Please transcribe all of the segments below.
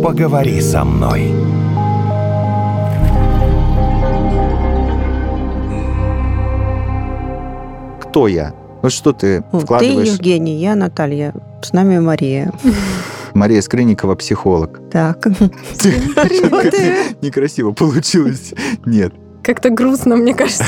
Поговори со мной. Кто я? Вот что ты вкладываешь? Ты Евгений, я Наталья. С нами Мария. Мария Скрынникова, психолог. Так. Некрасиво получилось. Нет. Как-то грустно, мне кажется.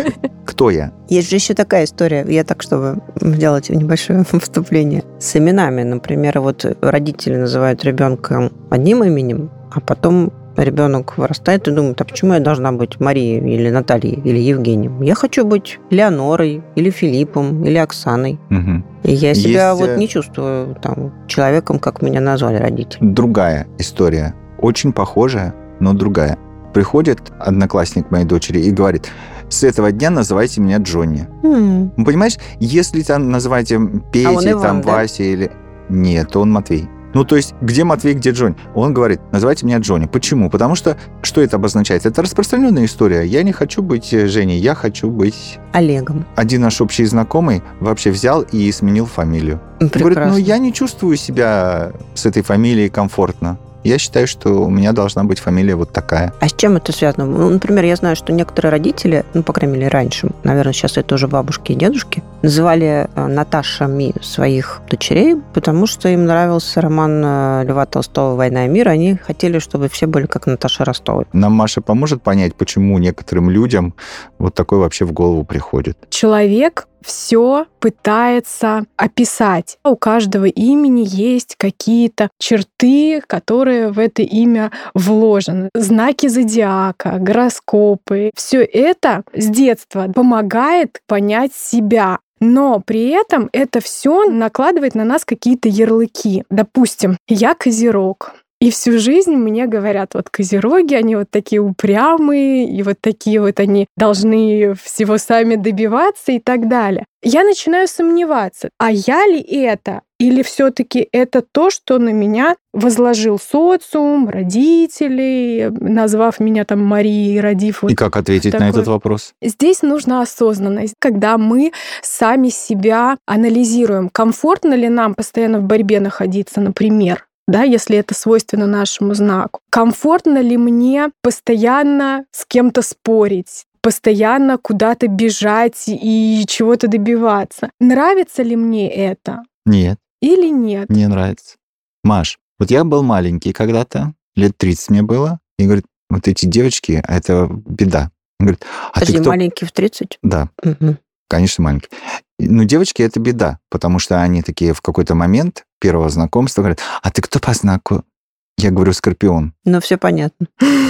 Кто я? Есть же еще такая история, я так, чтобы сделать небольшое вступление. С именами, например, вот родители называют ребенка одним именем, а потом ребенок вырастает и думает, а почему я должна быть Марией или Натальей или Евгением? Я хочу быть Леонорой или Филиппом или Оксаной. Угу. И я себя Есть, вот не чувствую там человеком, как меня назвали родители. Другая история. Очень похожая, но другая. Приходит одноклассник моей дочери и говорит: с этого дня называйте меня Джонни. Ну, понимаешь, если там называете Петей, там Вася или... Нет, он Матвей. Ну, то есть, где Матвей, где Джонни? Он говорит, называйте меня Джонни. Почему? Потому что, что это обозначает? Это распространенная история. Я не хочу быть Женей, я хочу быть... Олегом. Один наш общий знакомый вообще взял и сменил фамилию. Прекрасно. Говорит, я не чувствую себя с этой фамилией комфортно. Я считаю, что у меня должна быть фамилия вот такая. А с чем это связано? Ну, например, я знаю, что некоторые родители, по крайней мере, раньше, наверное, сейчас это уже бабушки и дедушки, называли Наташами своих дочерей, потому что им нравился роман Льва Толстого «Война и мир». Они хотели, чтобы все были как Наташа Ростова. Нам Маша поможет понять, почему некоторым людям вот такое вообще в голову приходит? Человек все пытается описать. У каждого имени есть какие-то черты, которые в это имя вложены. Знаки зодиака, гороскопы. Все это с детства помогает понять себя. Но при этом это все накладывает на нас какие-то ярлыки. Допустим, я Козерог. И всю жизнь мне говорят, вот козероги, они вот такие упрямые, и вот такие вот они должны всего сами добиваться и так далее. Я начинаю сомневаться, а я ли это? Или все-таки это то, что на меня возложил социум, родители, назвав меня там Марией, родив вот. И как ответить на этот вопрос? Здесь нужна осознанность, когда мы сами себя анализируем, комфортно ли нам постоянно в борьбе находиться, например. Да, если это свойственно нашему знаку. Комфортно ли мне постоянно с кем-то спорить, постоянно куда-то бежать и чего-то добиваться? Нравится ли мне это? Нет. Или нет? Не нравится. Маш, вот я был маленький когда-то, лет 30 мне было, и говорит, вот эти девочки, это беда. Он говорит, Подожди, маленький в 30? Да. Угу. Конечно, маленький. Но девочки — это беда, потому что они такие в какой-то момент первого знакомства говорят, а ты кто по знаку? Я говорю, Скорпион. Ну, все понятно.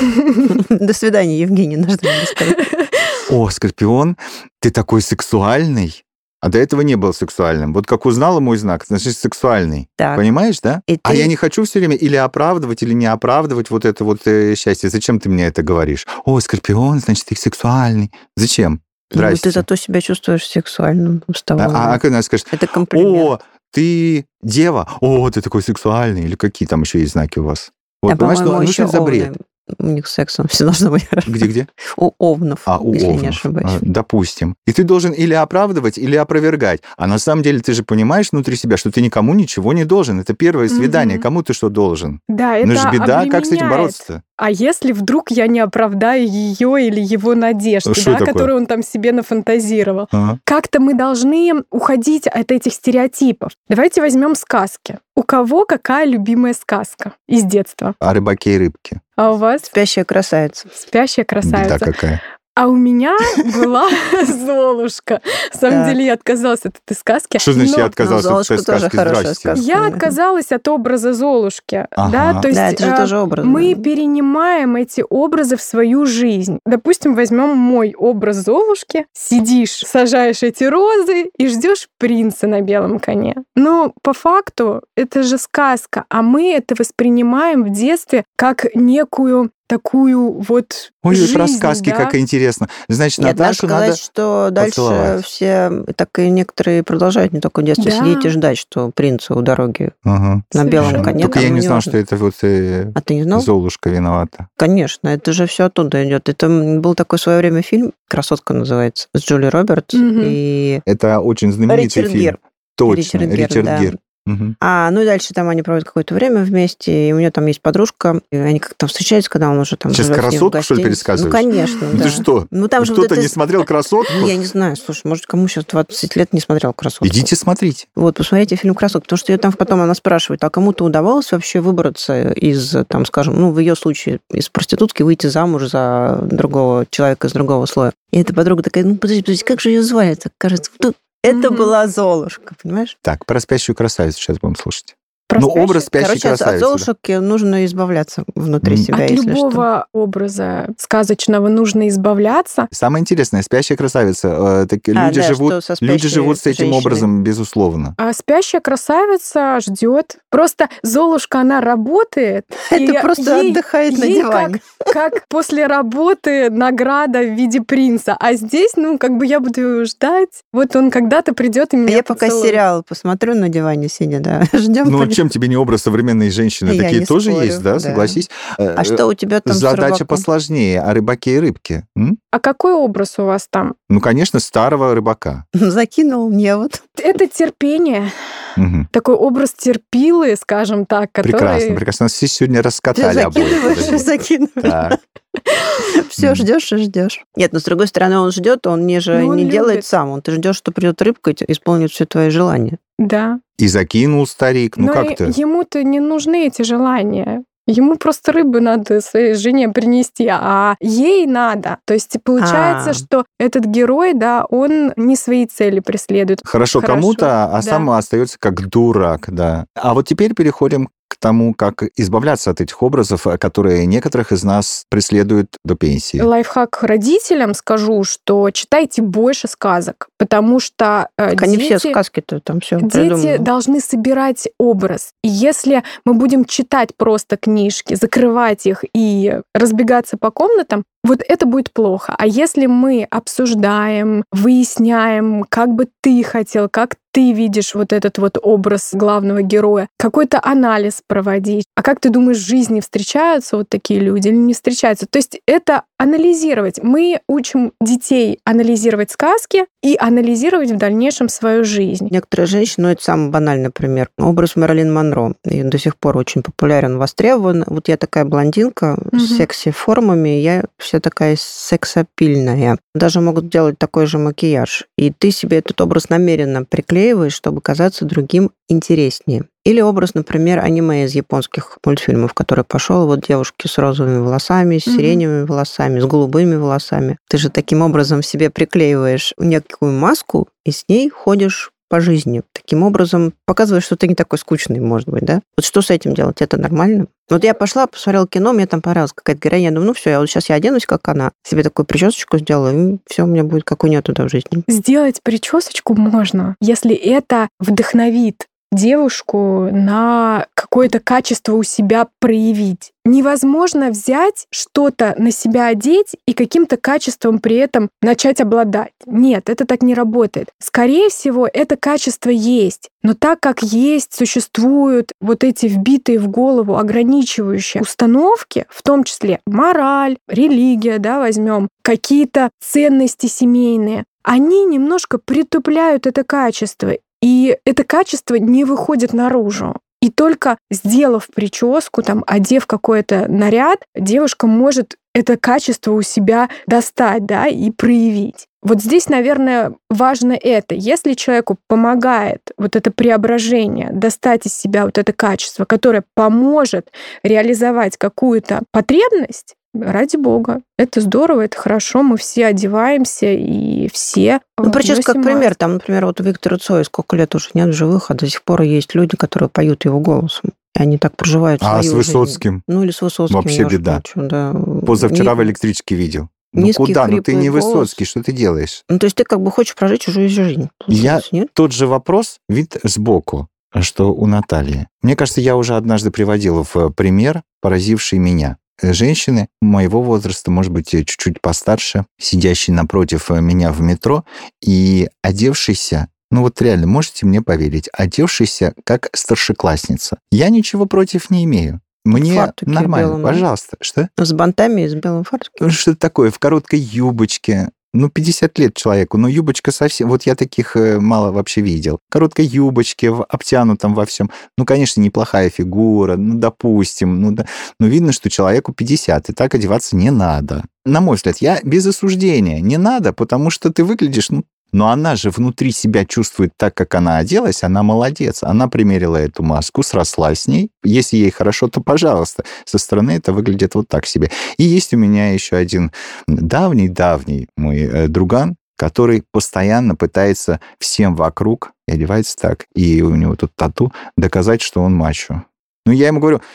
До свидания, Евгений, нужно сказать. О, Скорпион, ты такой сексуальный. А до этого не был сексуальным. Вот как узнала мой знак, значит, сексуальный. Так. Понимаешь, да? А я не хочу все время или оправдывать, или не оправдывать вот это вот счастье. Зачем ты мне это говоришь? О, Скорпион, значит, ты сексуальный. Зачем? Ну, ты зато себя чувствуешь сексуальным с того. А когда скажешь, это комплимент. О, ты дева, о, ты такой сексуальный, или какие там еще есть знаки у вас? Вот, понимаешь, ну что за бред? У них с сексом все должно быть хорошо. Где? У овнов, если овнов. Не ошибаюсь. Допустим. И ты должен или оправдывать, или опровергать. А на самом деле ты же понимаешь внутри себя, что ты никому ничего не должен. Это первое свидание. Кому ты что должен? Да, это ну же беда, как с этим бороться-то? А если вдруг я не оправдаю ее или его надежды, которые он там себе нафантазировал? Как-то мы должны уходить от этих стереотипов. Давайте возьмем сказки. У кого какая любимая сказка из детства? О рыбаке и рыбке. А у вас? «Спящая красавица». «Спящая красавица». Беда какая. А у меня была Золушка. На самом деле я отказалась от этой сказки. Что значит я отказалась от этой сказки? Здрасте. Я отказалась от образа Золушки. Да, то есть это же тоже образ. Мы перенимаем эти образы в свою жизнь. Допустим, возьмем мой образ Золушки. Сидишь, сажаешь эти розы и ждешь принца на белом коне. Но по факту это же сказка, а мы это воспринимаем в детстве как некую такую вот жизнь, про сказки, да? Как интересно. Значит, Нет, Наташу надо сказать, надо что дальше поцеловать. Все, так и некоторые продолжают не только в детстве сидеть и ждать, что принца у дороги на белом коне. Только я не знал, что это вот А ты не знал? Золушка виновата. Конечно, это же все оттуда идет. Это был такой в свое время фильм, «Красотка» называется, с Джулией Робертс. И это очень знаменитый Ричард фильм. Гир. Точно, Ричард Гир. Ну и дальше там они проводят какое-то время вместе, и у нее там есть подружка, и они как-то встречаются, когда он уже там Сейчас «Красотку», что ли, пересказываешь? Ну, конечно, да. Ты что? Там же кто-то не смотрел «Красотку»? Ну, я не знаю, слушай, может, кому сейчас 20 лет не смотрел «Красотку»? Идите смотрите. Вот, посмотрите фильм «Красотка», потому что ее там потом она спрашивает, а кому-то удавалось вообще выбраться из, там, скажем, в ее случае, из проститутки выйти замуж за другого человека из другого слоя. И эта подруга такая, подожди, как же ее звали? Так, кажется, это была Золушка, понимаешь? Так, про «Спящую красавицу» сейчас будем слушать. Образ спящей красавицы. От Золушки нужно избавляться внутри себя, от любого образа сказочного нужно избавляться. Самое интересное, «Спящая красавица». Люди живут с этим образом, безусловно. А «Спящая красавица» ждет. Просто Золушка, она работает. Это просто отдыхает на диване. Как после работы награда в виде принца. А здесь, я буду его ждать. Вот он когда-то придет и меня Я пока сериал посмотрю на диване сидя, да. Ждем. Чем тебе не образ современной женщины? Я такие тоже спорю, есть, да, согласись? А что у тебя там задача посложнее, о рыбаке и рыбке. А какой образ у вас там? Конечно, старого рыбака. Закинул мне вот. Это терпение. Такой образ терпилы, скажем так, который... Прекрасно. Все сегодня раскатали обои. Закидываешь. Все, ждешь и ждешь. Нет, но с другой стороны, он ждет, он не делает сам. Ты ждешь, что придет рыбка и исполнит все твои желания. Да. И закинул старик. Как-то. Ему-то не нужны эти желания. Ему просто рыбу надо своей жене принести, а ей надо. То есть получается, что этот герой, он не свои цели преследует. Хорошо кому-то, а сам остается как дурак, да. А вот теперь переходим к тому, как избавляться от этих образов, которые некоторых из нас преследуют до пенсии. Лайфхак родителям скажу, что читайте больше сказок, потому что они все сказки-то там все дети должны собирать образ. И если мы будем читать просто книжки, закрывать их и разбегаться по комнатам, вот это будет плохо. А если мы обсуждаем, выясняем, как бы ты хотел, как ты видишь вот этот вот образ главного героя, какой-то анализ проводить. А как ты думаешь, в жизни встречаются вот такие люди или не встречаются? То есть это анализировать. Мы учим детей анализировать сказки и анализировать в дальнейшем свою жизнь. Некоторые женщины, это самый банальный пример, образ Мэрилин Монро. И до сих пор очень популярен, востребован. Вот я такая блондинка с секси-формами, я вся такая сексапильная. Даже могут делать такой же макияж. И ты себе этот образ намеренно приклеиваешь, чтобы казаться другим интереснее. Или образ, например, аниме из японских мультфильмов, который пошел вот девушки с розовыми волосами, с сиреневыми волосами, с голубыми волосами. Ты же таким образом себе приклеиваешь некую маску и с ней ходишь по жизни. Таким образом показываешь, что ты не такой скучный, может быть, да? Вот что с этим делать? Это нормально? Вот я пошла, посмотрела кино, мне там понравилась какая-то героиня, я думаю, все, сейчас я оденусь, как она, себе такую причесочку сделаю, и все у меня будет, как у нее туда в жизни. Сделать причесочку можно, если это вдохновит девушку на какое-то качество у себя проявить. Невозможно взять что-то на себя одеть и каким-то качеством при этом начать обладать. Нет, это так не работает. Скорее всего, это качество есть. Но так как существуют вот эти вбитые в голову ограничивающие установки, в том числе мораль, религия, возьмем, какие-то ценности семейные, они немножко притупляют это качество. И это качество не выходит наружу. И только сделав прическу, одев какой-то наряд, девушка может это качество у себя достать, и проявить. Вот здесь, наверное, важно это. Если человеку помогает вот это преображение, достать из себя вот это качество, которое поможет реализовать какую-то потребность, ради бога. Это здорово, это хорошо, мы все одеваемся, и все прическа как пример. Там, например, вот у Виктора Цоя сколько лет уже нет в живых, а до сих пор есть люди, которые поют его голосом. И они так проживают свою жизнь. А с Высоцким? Или с Высоцким. Вообще беда. Позавчера в электричке видел. Куда? Ты не Высоцкий, что ты делаешь? То есть ты хочешь прожить чужую жизнь. Тот же вопрос, вид сбоку, что у Натальи. Мне кажется, я уже однажды приводил в пример, поразивший меня. Женщины моего возраста, может быть, чуть-чуть постарше, сидящие напротив меня в метро и одевшиеся, реально, можете мне поверить, одевшиеся как старшеклассница. Я ничего против не имею. Мне нормально, белом, пожалуйста. Что? С бантами и с белым фартуком? Что-то такое, в короткой юбочке. 50 лет человеку, но юбочка совсем... Вот я таких мало вообще видел. Короткой юбочке, обтянутом во всем. Конечно, неплохая фигура, допустим. Но видно, что человеку 50, и так одеваться не надо. На мой взгляд, я без осуждения. Не надо, потому что ты выглядишь... Но она же внутри себя чувствует так, как она оделась, она молодец. Она примерила эту маску, срослась с ней. Если ей хорошо, то пожалуйста. Со стороны это выглядит вот так себе. И есть у меня еще один давний мой друган, который постоянно пытается всем вокруг, и одевается так, и у него тут тату, доказать, что он мачо. Я ему говорю...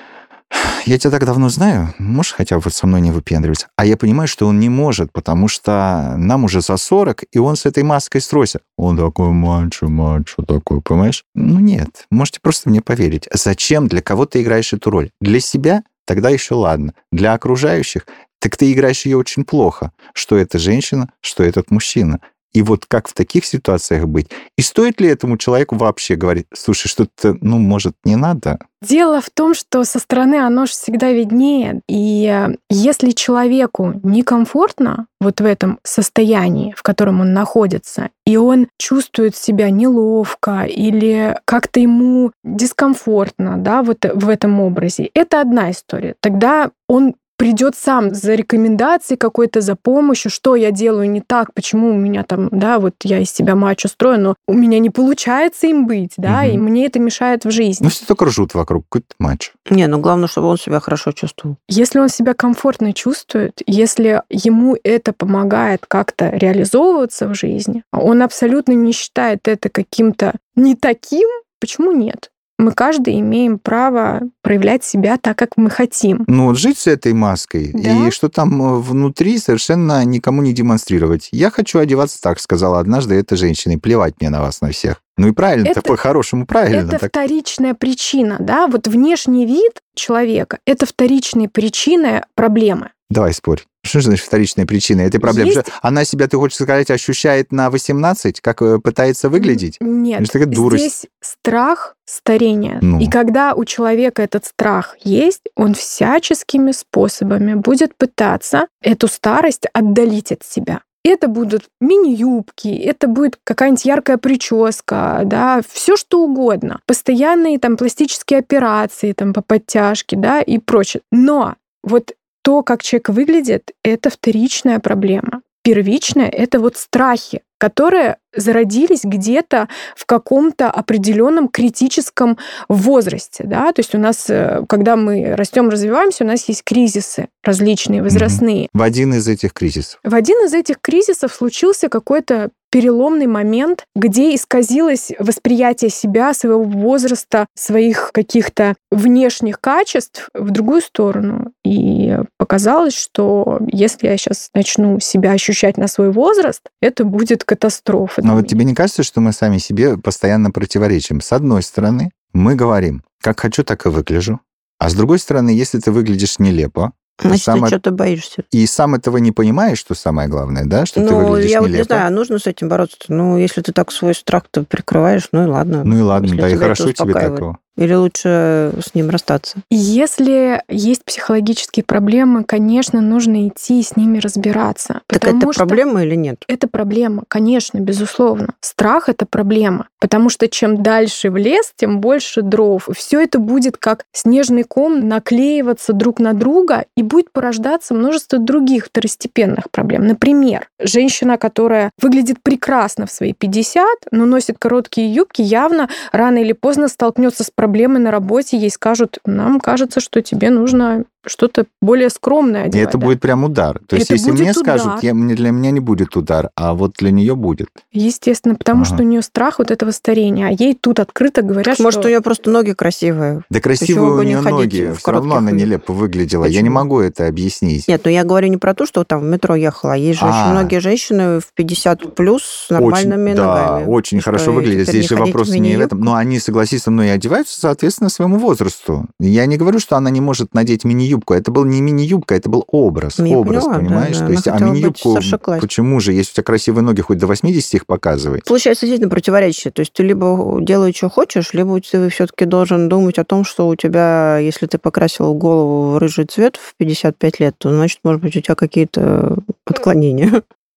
Я тебя так давно знаю, можешь хотя бы со мной не выпендриваться? А я понимаю, что он не может, потому что нам уже за 40, и он с этой маской стройся. Он такой мачо такой, понимаешь? Нет, можете просто мне поверить. Зачем, для кого ты играешь эту роль? Для себя? Тогда еще ладно. Для окружающих? Так ты играешь ее очень плохо. Что это женщина, что этот мужчина. И вот как в таких ситуациях быть? И стоит ли этому человеку вообще говорить, слушай, что-то, может, не надо? Дело в том, что со стороны оно же всегда виднее. И если человеку некомфортно вот в этом состоянии, в котором он находится, и он чувствует себя неловко или как-то ему дискомфортно, да, вот в этом образе, это одна история. Тогда он придет сам за рекомендацией какой-то, за помощью, что я делаю не так, почему у меня там, да, вот я из себя мачо строю, но у меня не получается им быть, да, и мне это мешает в жизни. Все только ржут вокруг, какой-то мачо. Главное, чтобы он себя хорошо чувствовал. Если он себя комфортно чувствует, если ему это помогает как-то реализовываться в жизни, он абсолютно не считает это каким-то не таким, почему нет? Мы каждый имеем право проявлять себя так, как мы хотим. Жить с этой маской, да? И что там внутри совершенно никому не демонстрировать. Я хочу одеваться так, сказала однажды эта женщина, и плевать мне на вас, на всех. И правильно, это, по-хорошему правильно. Это вторичная причина, да? Вот внешний вид человека — это вторичная причина проблемы. Давай спорь. Что значит вторичная причина этой проблемы? Есть... Она себя, ты хочешь сказать, ощущает на 18, как пытается выглядеть? Нет, здесь страх старения. И когда у человека этот страх есть, он всяческими способами будет пытаться эту старость отдалить от себя. Это будут мини-юбки, это будет какая-нибудь яркая прическа, да, все что угодно. Постоянные там пластические операции там, по подтяжке, да, и прочее. Но вот то, как человек выглядит, это вторичная проблема. Первичная — это вот страхи, которые зародились где-то в каком-то определенном критическом возрасте. Да? То есть у нас, когда мы растем, развиваемся, у нас есть кризисы различные, возрастные. В один из этих кризисов? В один из этих кризисов случился какой-то переломный момент, где исказилось восприятие себя, своего возраста, своих каких-то внешних качеств в другую сторону. И показалось, что если я сейчас начну себя ощущать на свой возраст, это будет катастрофа. Но вот тебе не кажется, что мы сами себе постоянно противоречим? С одной стороны, мы говорим, как хочу, так и выгляжу. А с другой стороны, если ты выглядишь нелепо, значит, ты что-то боишься. И сам этого не понимаешь, что самое главное, да? Что ты выглядишь я нелепо. Не знаю, нужно с этим бороться. Если ты так свой страх-то прикрываешь, и ладно. И ладно, да, и хорошо тебе такого. Или лучше с ним расстаться? Если есть психологические проблемы, конечно, нужно идти и с ними разбираться. Так это проблема или нет? Это проблема, конечно, безусловно. Страх — это проблема. Потому что чем дальше в лес, тем больше дров. И все это будет как снежный ком наклеиваться друг на друга, и будет порождаться множество других второстепенных проблем. Например, женщина, которая выглядит прекрасно в свои 50, но носит короткие юбки, явно рано или поздно столкнется с проблемой на работе, ей скажут: нам кажется, что тебе нужно что-то более скромное одевать. И это будет прям удар. То есть, если мне скажут, для меня не будет удар, а вот для нее будет. Естественно, потому что у нее страх вот этого старения, а ей тут открыто говорят, что... Может, у нее просто ноги красивые. Да красивые у нее ноги, все равно она нелепо выглядела. Почему? Я не могу это объяснить. Нет, я говорю не про то, что там в метро ехала. Есть же очень многие женщины в 50 плюс с нормальными ногами. Да, очень хорошо выглядят. Здесь же вопрос не в этом. Но они, согласись со мной, и одеваются, соответственно, своему возрасту. Я не говорю, что она не может надеть мини-юбку. Это был не мини-юбка, это был образ. Образ, понимаешь? Да, то есть, а мини-юбку, почему же? Если у тебя красивые ноги, хоть до 80 их показывай. Получается действительно противоречие. То есть ты либо делай, что хочешь, либо ты все-таки должен думать о том, что у тебя, если ты покрасил голову в рыжий цвет в 55 лет, то, значит, может быть, у тебя какие-то отклонения.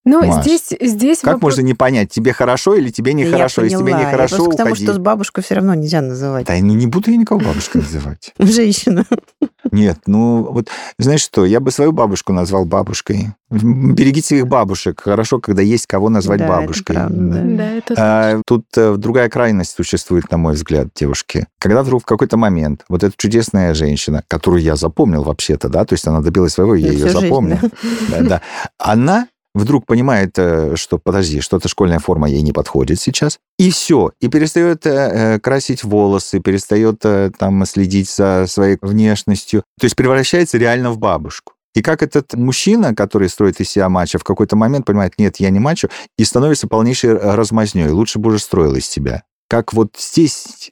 Ну, здесь как можно не понять, тебе хорошо или тебе нехорошо? Если тебе нехорошо, уходи. Потому что с бабушкой все равно нельзя называть. Да, не буду я никого бабушкой называть. Женщина. Нет, вот знаешь что, я бы свою бабушку назвал бабушкой. Берегите их бабушек. Хорошо, когда есть кого назвать бабушкой. Это правда, да, это точно. Тут другая крайность существует, на мой взгляд, девушки. Когда вдруг в какой-то момент вот эта чудесная женщина, которую я запомнил вообще-то, да, то есть она добилась своего, я ее запомнил. Да. Она вдруг понимает, что, подожди, что-то школьная форма ей не подходит сейчас, и все, и перестает красить волосы, перестает там следить за своей внешностью, то есть превращается реально в бабушку. И как этот мужчина, который строит из себя мачо, в какой-то момент понимает, нет, я не мачо, и становится полнейшей размазнёй, лучше бы уже строил из себя. Как вот здесь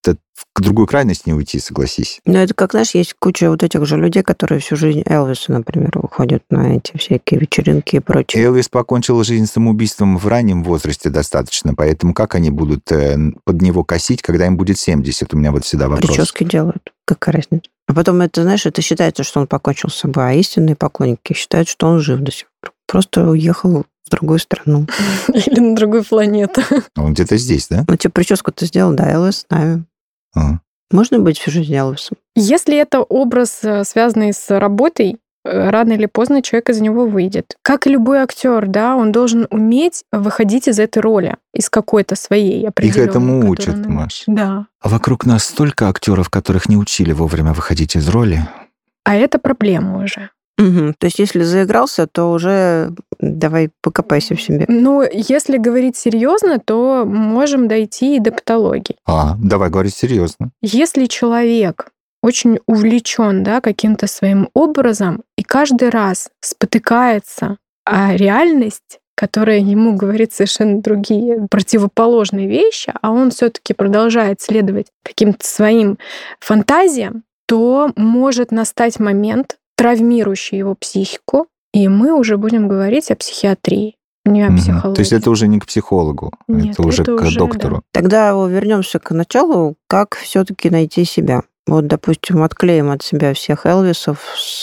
в другую крайность не уйти, согласись. Ну, это как, знаешь, есть куча вот этих же людей, которые всю жизнь Элвису, например, выходят на эти всякие вечеринки и прочее. Элвис покончил жизнь самоубийством в раннем возрасте достаточно, поэтому как они будут под него косить, когда им будет 70? У меня вот всегда вопрос. Прически делают. Какая разница? А потом это, знаешь, это считается, что он покончил с собой, а истинные поклонники считают, что он жив до сих пор. Просто уехал в другую страну. Или на другую планету. Он где-то здесь, да? Ну, тебе прическу-то сделал, да, Элвис с нами. Можно быть всю жизнь Элвисом? Если это образ, связанный с работой, рано или поздно человек из него выйдет. Как и любой актер, да, он должен уметь выходить из этой роли, из какой-то своей определенной. Их этому учат, Маш. Да. А вокруг нас столько актеров, которых не учили вовремя выходить из роли. А это проблема уже. Угу. То есть, если заигрался, то уже давай покопайся в себе. Ну, если говорить серьезно, то можем дойти и до патологии. Давай говорить серьезно. Если человек очень увлечен, да, каким-то своим образом и каждый раз спотыкается о реальность, которая ему говорит совершенно другие, противоположные вещи, а он все-таки продолжает следовать каким-то своим фантазиям, то может настать момент, травмирующий его психику, и мы уже будем говорить о психиатрии, не о психологии. То есть это уже не к психологу, Нет, это уже к доктору. Да. Тогда вернемся к началу, как все-таки найти себя. Вот, допустим, отклеим от себя всех Элвисов с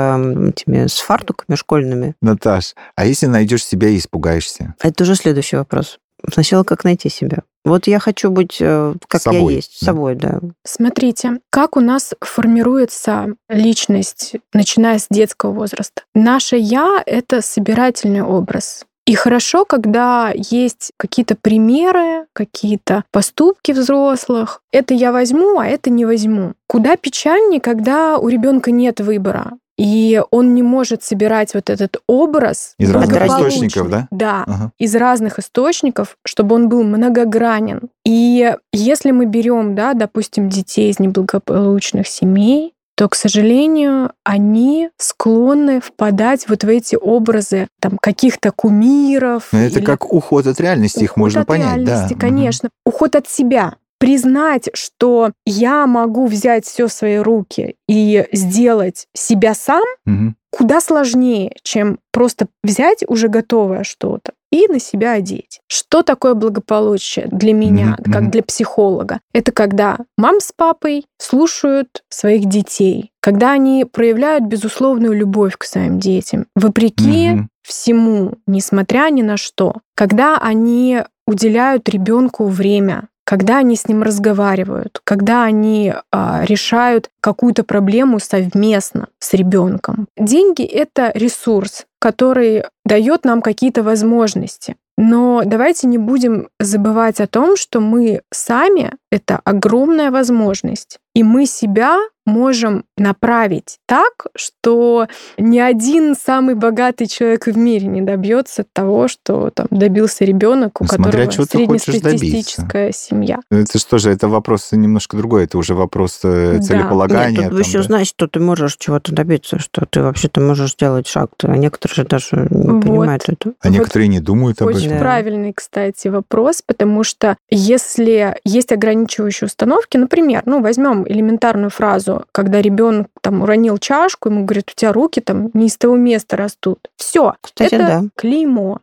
фартуками школьными. Наташ, а если найдешь себя и испугаешься? Это уже следующий вопрос. Сначала, как найти себя? Вот я хочу быть, как собой, я есть, собой, да. Смотрите, как у нас формируется личность, начиная с детского возраста. Наше «я» — это собирательный образ. И хорошо, когда есть какие-то примеры, какие-то поступки взрослых. Это я возьму, а это не возьму. Куда печальнее, когда у ребенка нет выбора. И он не может собирать вот этот образ из разных источников, да? Да, из разных источников, чтобы он был многогранен. И если мы берем, да, допустим, детей из неблагополучных семей, то, к сожалению, они склонны впадать вот в эти образы там, каких-то кумиров. Но это как уход от реальности, их можно понять. Уход от реальности, да. Конечно. Уход от себя. Признать, что я могу взять все в свои руки и сделать себя сам, куда сложнее, чем просто взять уже готовое что-то и на себя одеть. Что такое благополучие для меня, как для психолога? Это когда мама с папой слушают своих детей, когда они проявляют безусловную любовь к своим детям, вопреки всему, несмотря ни на что, когда они уделяют ребенку время, когда они с ним разговаривают, когда они решают какую-то проблему совместно с ребенком. Деньги — это ресурс, который дает нам какие-то возможности. Но давайте не будем забывать о том, что мы сами — это огромная возможность. И мы себя можем направить так, что ни один самый богатый человек в мире не добьется того, что там добился ребенок, у которого среднестатистическая семья. Это что же, это вопрос немножко другой, это уже вопрос целеполагания. Нет, тут еще знаешь, что ты можешь чего-то добиться, что ты вообще-то можешь сделать шаг, а некоторые же даже не понимают это. А некоторые не думают об этом. Очень правильный, кстати, вопрос, потому что если есть ограничивающие установки, например, возьмем элементарную фразу, когда ребенок там уронил чашку, ему говорят, у тебя руки там не из того места растут. Все, это клеймо.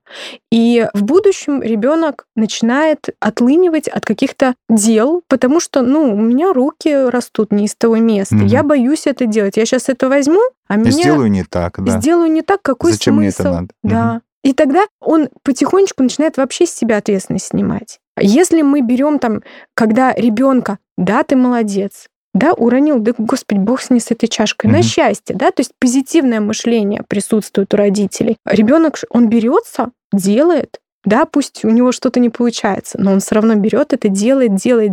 И в будущем ребенок начинает отлынивать от каких-то дел, потому что, у меня руки растут не из того места. Я боюсь это делать. Я сейчас это возьму, а меня... Сделаю не так, да. Сделаю не так, какой Зачем смысл? Мне это надо? Да. И тогда он потихонечку начинает вообще с себя ответственность снимать. Если мы берем там, когда ребенка, да, ты молодец, да, уронил, да, Господи, Бог с ней с этой чашкой, на счастье, да, то есть позитивное мышление присутствует у родителей. Ребенок, он берется, делает, да, пусть у него что-то не получается, но он все равно берет это, делает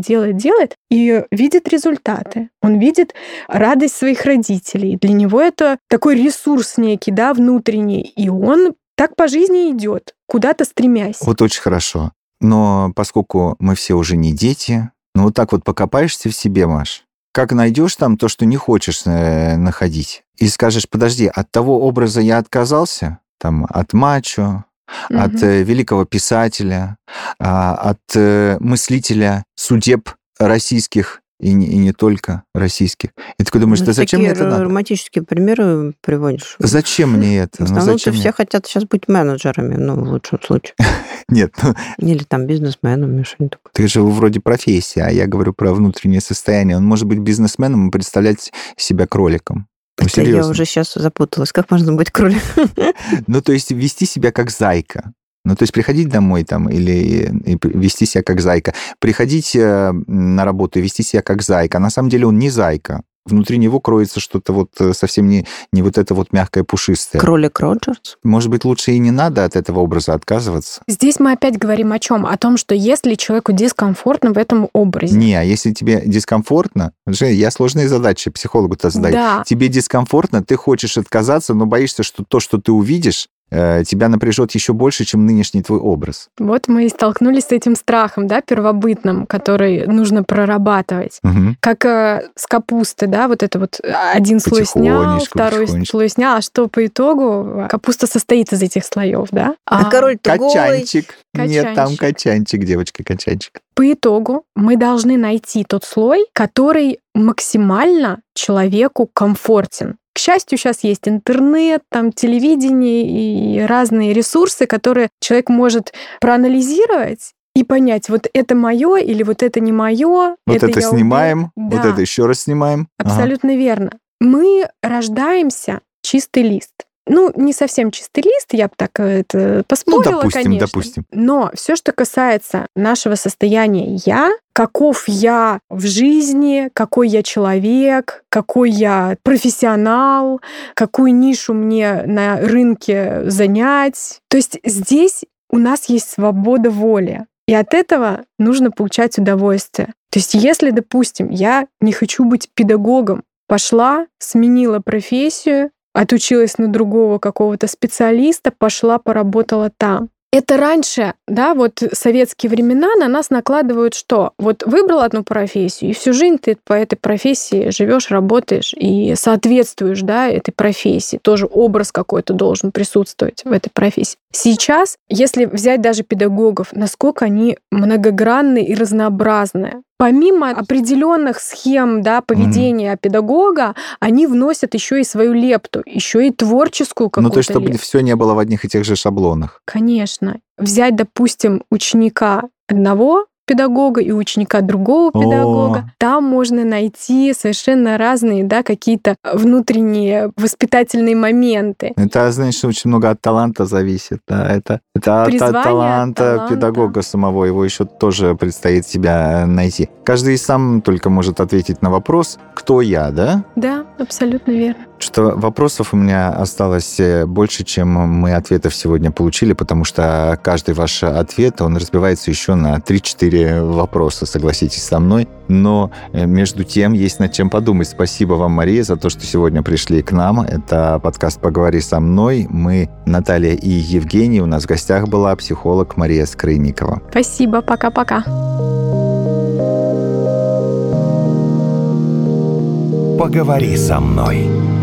и видит результаты. Он видит радость своих родителей. Для него это такой ресурс некий, да, внутренний, и он так по жизни идет, куда-то стремясь. Вот очень хорошо. Но поскольку мы все уже не дети, ну вот так вот покопаешься в себе, Маш, как найдешь там то, что не хочешь находить, и скажешь, подожди, от того образа я отказался, там, от мачо, от великого писателя, от мыслителя судеб российских, и не только российских. И ты думаешь, да зачем мне это надо? Романтические примеры приводишь. Зачем мне это? В основном-то все хотят сейчас быть менеджерами, в лучшем случае. Нет. Или там бизнесменами, что-нибудь такое. Ты же вроде профессия, а я говорю про внутреннее состояние. Он может быть бизнесменом и представлять себя кроликом. Это я уже сейчас запуталась. Как можно быть кроликом? Ну, то есть вести себя как зайка. Ну, то есть приходить домой там или вести себя как зайка. Приходить на работу и вести себя как зайка. А на самом деле он не зайка. Внутри него кроется что-то вот совсем не вот это вот мягкое, пушистое. Кролик Роджерс? Может быть, лучше и не надо от этого образа отказываться? Здесь мы опять говорим о чем? О том, что если человеку дискомфортно в этом образе. Не, а если тебе дискомфортно, я сложные задачи психологу-то задаю. Да. Тебе дискомфортно, ты хочешь отказаться, но боишься, что то, что ты увидишь, тебя напряжет еще больше, чем нынешний твой образ. Вот мы и столкнулись с этим страхом, да, первобытным, который нужно прорабатывать. Как с капусты, да, вот это вот один слой снял, второй слой снял, а что по итогу? Капуста состоит из этих слоев, да? А король-то голый. Качанчик. Нет, там качанчик, девочка, качанчик. По итогу мы должны найти тот слой, который максимально человеку комфортен. К счастью, сейчас есть интернет, там телевидение и разные ресурсы, которые человек может проанализировать и понять, вот это мое или вот это не мое. Вот это снимаем, вот это еще раз снимаем. Абсолютно верно. Мы рождаемся чистый лист. Не совсем чистый лист, я бы так это поспорила, конечно. Допустим. Но все, что касается нашего состояния «я», каков я в жизни, какой я человек, какой я профессионал, какую нишу мне на рынке занять. То есть здесь у нас есть свобода воли. И от этого нужно получать удовольствие. То есть если, допустим, я не хочу быть педагогом, пошла, сменила профессию, отучилась на другого какого-то специалиста, пошла, поработала там. Это раньше, да, вот советские времена на нас накладывают что? Вот выбрал одну профессию, и всю жизнь ты по этой профессии живешь, работаешь и соответствуешь, да, этой профессии. Тоже образ какой-то должен присутствовать в этой профессии. Сейчас, если взять даже педагогов, насколько они многогранные и разнообразные. Помимо определенных схем, да, поведения педагога, они вносят еще и свою лепту, еще и творческую какую-то. То есть, чтобы все не было в одних и тех же шаблонах. Конечно. Взять, допустим, ученика одного педагога и ученика другого педагога. Там можно найти совершенно разные, да, какие-то внутренние воспитательные моменты. Это, знаешь, очень много от таланта зависит. Да? Это от таланта педагога самого. Его еще тоже предстоит себя найти. Каждый сам только может ответить на вопрос, кто я, да? Да, абсолютно верно. Что вопросов у меня осталось больше, чем мы ответов сегодня получили, потому что каждый ваш ответ, он разбивается еще на 3-4 вопроса, согласитесь со мной. Но между тем есть над чем подумать. Спасибо вам, Мария, за то, что сегодня пришли к нам. Это подкаст «Поговори со мной». Мы, Наталья и Евгений. У нас в гостях была психолог Мария Скрынникова. Спасибо. Пока-пока. «Поговори со мной».